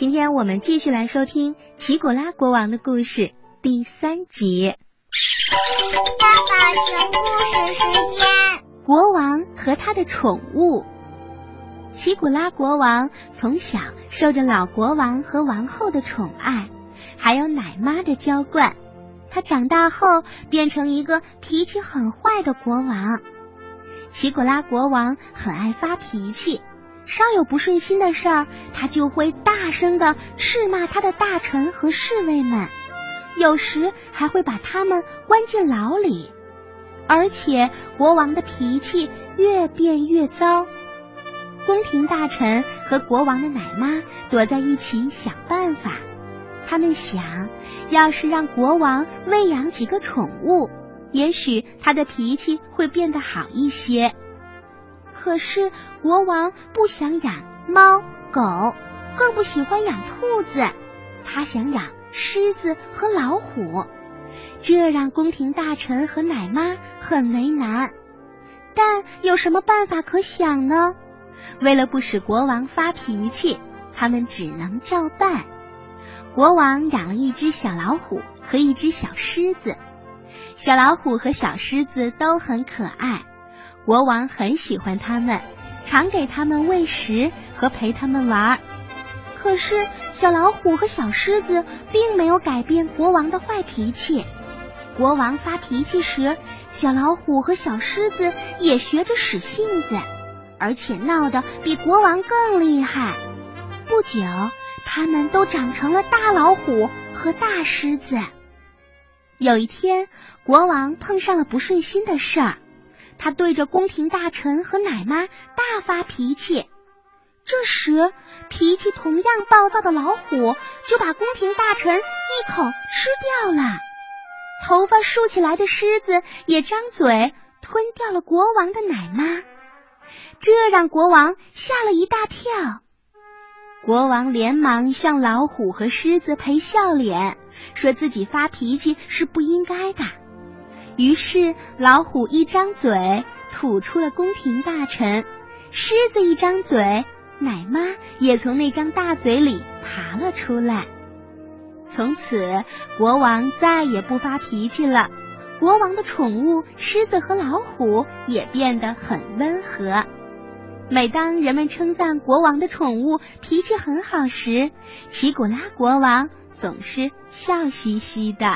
今天我们继续来收听奇古拉国王的故事第3集。 爸爸讲故事时间。 国王和他的宠物。奇古拉国王从小受着老国王和王后的宠爱，还有奶妈的娇惯。他长大后变成一个脾气很坏的国王。奇古拉国王很爱发脾气，稍有不顺心的事儿，他就会大声地斥骂他的大臣和侍卫们，有时还会把他们关进牢里。而且国王的脾气越变越糟。宫廷大臣和国王的奶妈躲在一起想办法。他们想，要是让国王喂养几个宠物，也许他的脾气会变得好一些。可是国王不想养猫狗，更不喜欢养兔子，他想养狮子和老虎，这让宫廷大臣和奶妈很为难。但有什么办法可想呢？为了不使国王发脾气，他们只能照办。国王养了一只小老虎和一只小狮子，小老虎和小狮子都很可爱，国王很喜欢它们，常给它们喂食和陪它们玩。可是小老虎和小狮子并没有改变国王的坏脾气。国王发脾气时，小老虎和小狮子也学着使性子，而且闹得比国王更厉害。不久，他们都长成了大老虎和大狮子。有一天，国王碰上了不顺心的事儿，他对着宫廷大臣和奶妈大发脾气。这时，脾气同样暴躁的老虎就把宫廷大臣一口吃掉了。头发竖起来的狮子也张嘴吞掉了国王的奶妈，这让国王吓了一大跳。国王连忙向老虎和狮子赔笑脸，说自己发脾气是不应该的。于是老虎一张嘴吐出了宫廷大臣，狮子一张嘴，奶妈也从那张大嘴里爬了出来。从此国王再也不发脾气了，国王的宠物狮子和老虎也变得很温和。每当人们称赞国王的宠物脾气很好时，奇古拉国王总是笑嘻嘻的。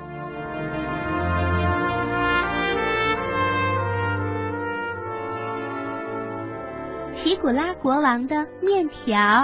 奇古拉国王的面条。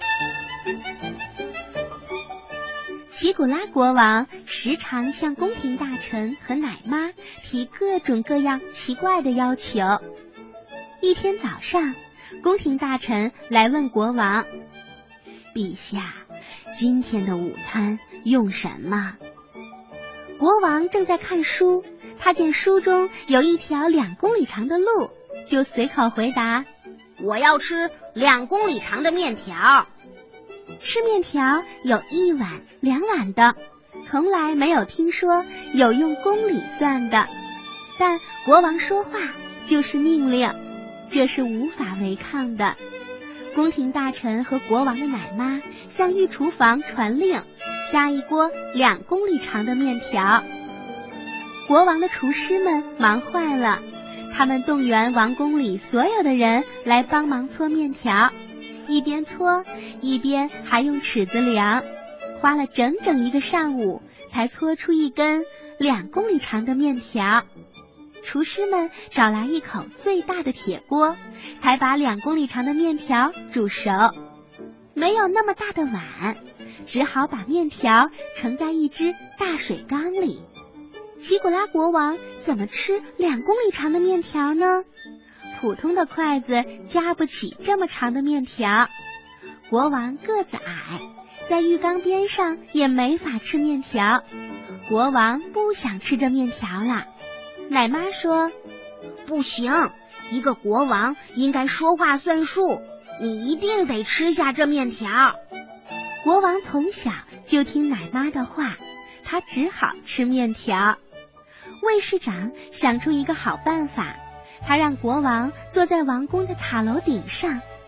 奇古拉国王时常向宫廷大臣和奶妈提各种各样奇怪的要求。一天早上，宫廷大臣来问国王：陛下，今天的午餐用什么？国王正在看书，他见书中有一条2公里长的路，就随口回答： 我要吃2公里长的面条。 吃面条有1碗2碗的，从来没有听说有用公里算的。但国王说话就是命令，这是无法违抗的。宫廷大臣和国王的奶妈向御厨房传令，下一锅2公里长的面条。国王的厨师们忙坏了，他们动员王宫里所有的人来帮忙搓面条，一边搓一边还用尺子量，花了整整1个上午才搓出一根2公里长的面条。厨师们找来一口最大的铁锅，才把2公里长的面条煮熟。没有那么大的碗，只好把面条盛在一只大水缸里。奇古拉国王怎么吃2公里长的面条呢？普通的筷子夹不起这么长的面条。国王个子矮，在浴缸边上也没法吃面条。国王不想吃这面条了。奶妈说： 不行，一个国王应该说话算数，你一定得吃下这面条。 国王从小就听奶妈的话，他只好吃面条。卫士长想出一个好办法，他让国王坐在王宫的塔楼顶上，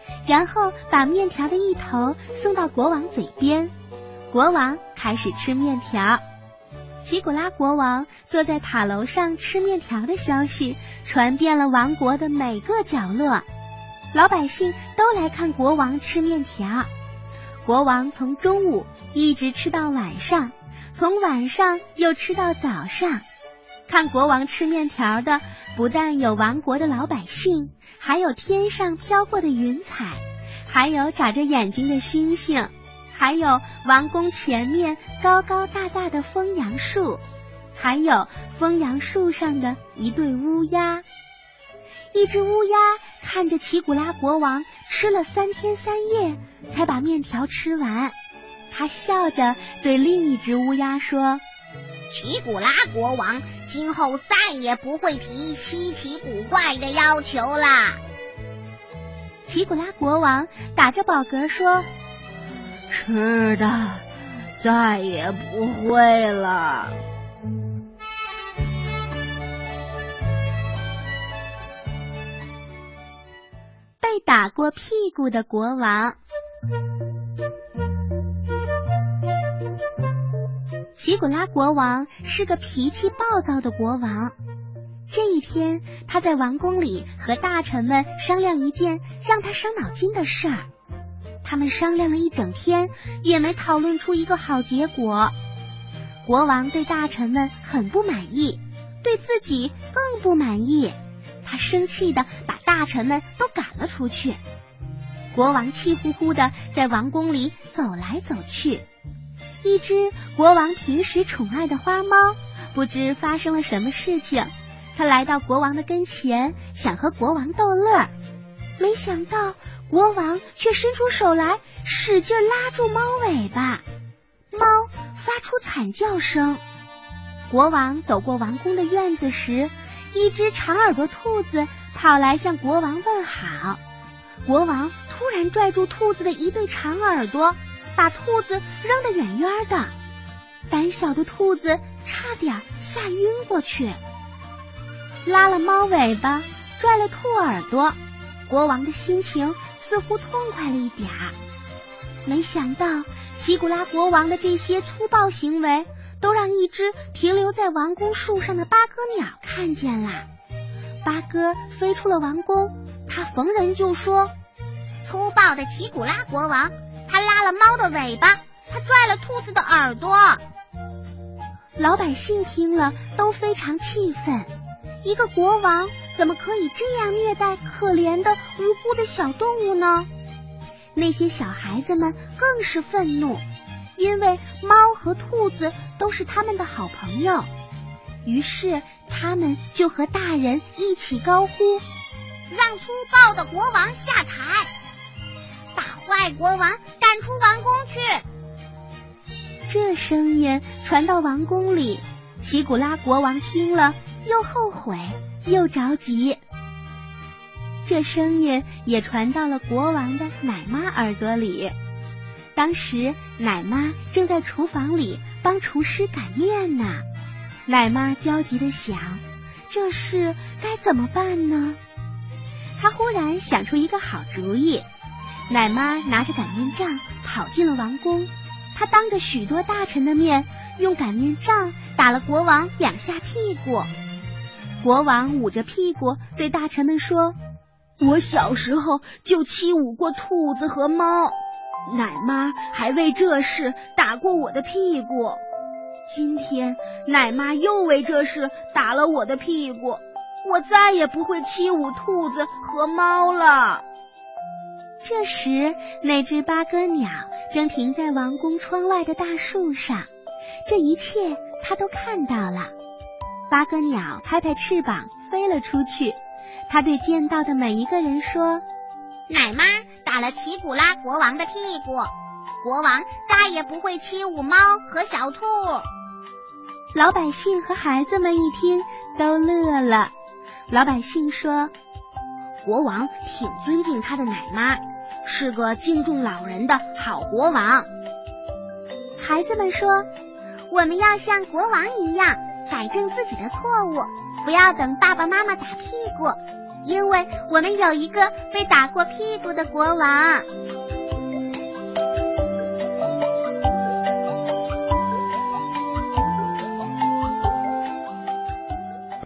然后把面条的一头送到国王嘴边。国王开始吃面条。奇古拉国王坐在塔楼上吃面条的消息传遍了王国的每个角落，老百姓都来看国王吃面条。国王从中午一直吃到晚上，从晚上又吃到早上。看国王吃面条的不但有王国的老百姓，还有天上飘过的云彩，还有眨着眼睛的星星，还有王宫前面高高大大的枫杨树，还有枫杨树上的一对乌鸦。一只乌鸦看着奇古拉国王吃了3天3夜才把面条吃完，他笑着对另一只乌鸦说： 奇古拉国王今后再也不会提稀奇古怪的要求啦。 奇古拉国王打着饱嗝说： 是的，再也不会了。 被打过屁股的国王。奇古拉国王是个脾气暴躁的国王。这一天，他在王宫里和大臣们商量一件让他伤脑筋的事儿。他们商量了一整天，也没讨论出一个好结果。国王对大臣们很不满意，对自己更不满意。他生气地把大臣们都赶了出去。国王气呼呼地在王宫里走来走去。一只国王平时宠爱的花猫不知发生了什么事情，他来到国王的跟前，想和国王逗乐，没想到国王却伸出手来，使劲拉住猫尾巴，猫发出惨叫声。国王走过王宫的院子时，一只长耳朵兔子跑来向国王问好。国王突然拽住兔子的一对长耳朵，把兔子扔得远远的，胆小的兔子差点吓晕过去。拉了猫尾巴，拽了兔耳朵，国王的心情似乎痛快了一点儿。没想到奇古拉国王的这些粗暴行为都让一只停留在王宫树上的八哥鸟看见了。八哥飞出了王宫，他逢人就说： 粗暴的奇古拉国王，他拉了猫的尾巴，他拽了兔子的耳朵。 老百姓听了都非常气愤，一个国王怎么可以这样虐待可怜的无辜的小动物呢？那些小孩子们更是愤怒，因为猫和兔子都是他们的好朋友。于是他们就和大人一起高呼： 让粗暴的国王下台，把坏国王赶出王宫去。 这声音传到王宫里，奇古拉国王听了又后悔又着急。这声音也传到了国王的奶妈耳朵里。当时奶妈正在厨房里帮厨师擀面呢。奶妈焦急地想，这事该怎么办呢？她忽然想出一个好主意。奶妈拿着擀面杖跑进了王宫，她当着许多大臣的面用擀面杖打了国王2下屁股。国王捂着屁股对大臣们说： 我小时候就欺侮过兔子和猫，奶妈还为这事打过我的屁股。今天奶妈又为这事打了我的屁股，我再也不会欺侮兔子和猫了。 这时那只八哥鸟正停在王宫窗外的大树上，这一切它都看到了。八哥鸟拍拍翅膀飞了出去，它对见到的每一个人说： 奶妈打了奇古拉国王的屁股，国王再也不会欺侮猫和小兔。 老百姓和孩子们一听都乐了。老百姓说： 国王挺尊敬他的奶妈，是个敬重老人的好国王。 孩子们说： 我们要像国王一样改正自己的错误，不要等爸爸妈妈打屁股， 因为我们有一个被打过屁股的国王。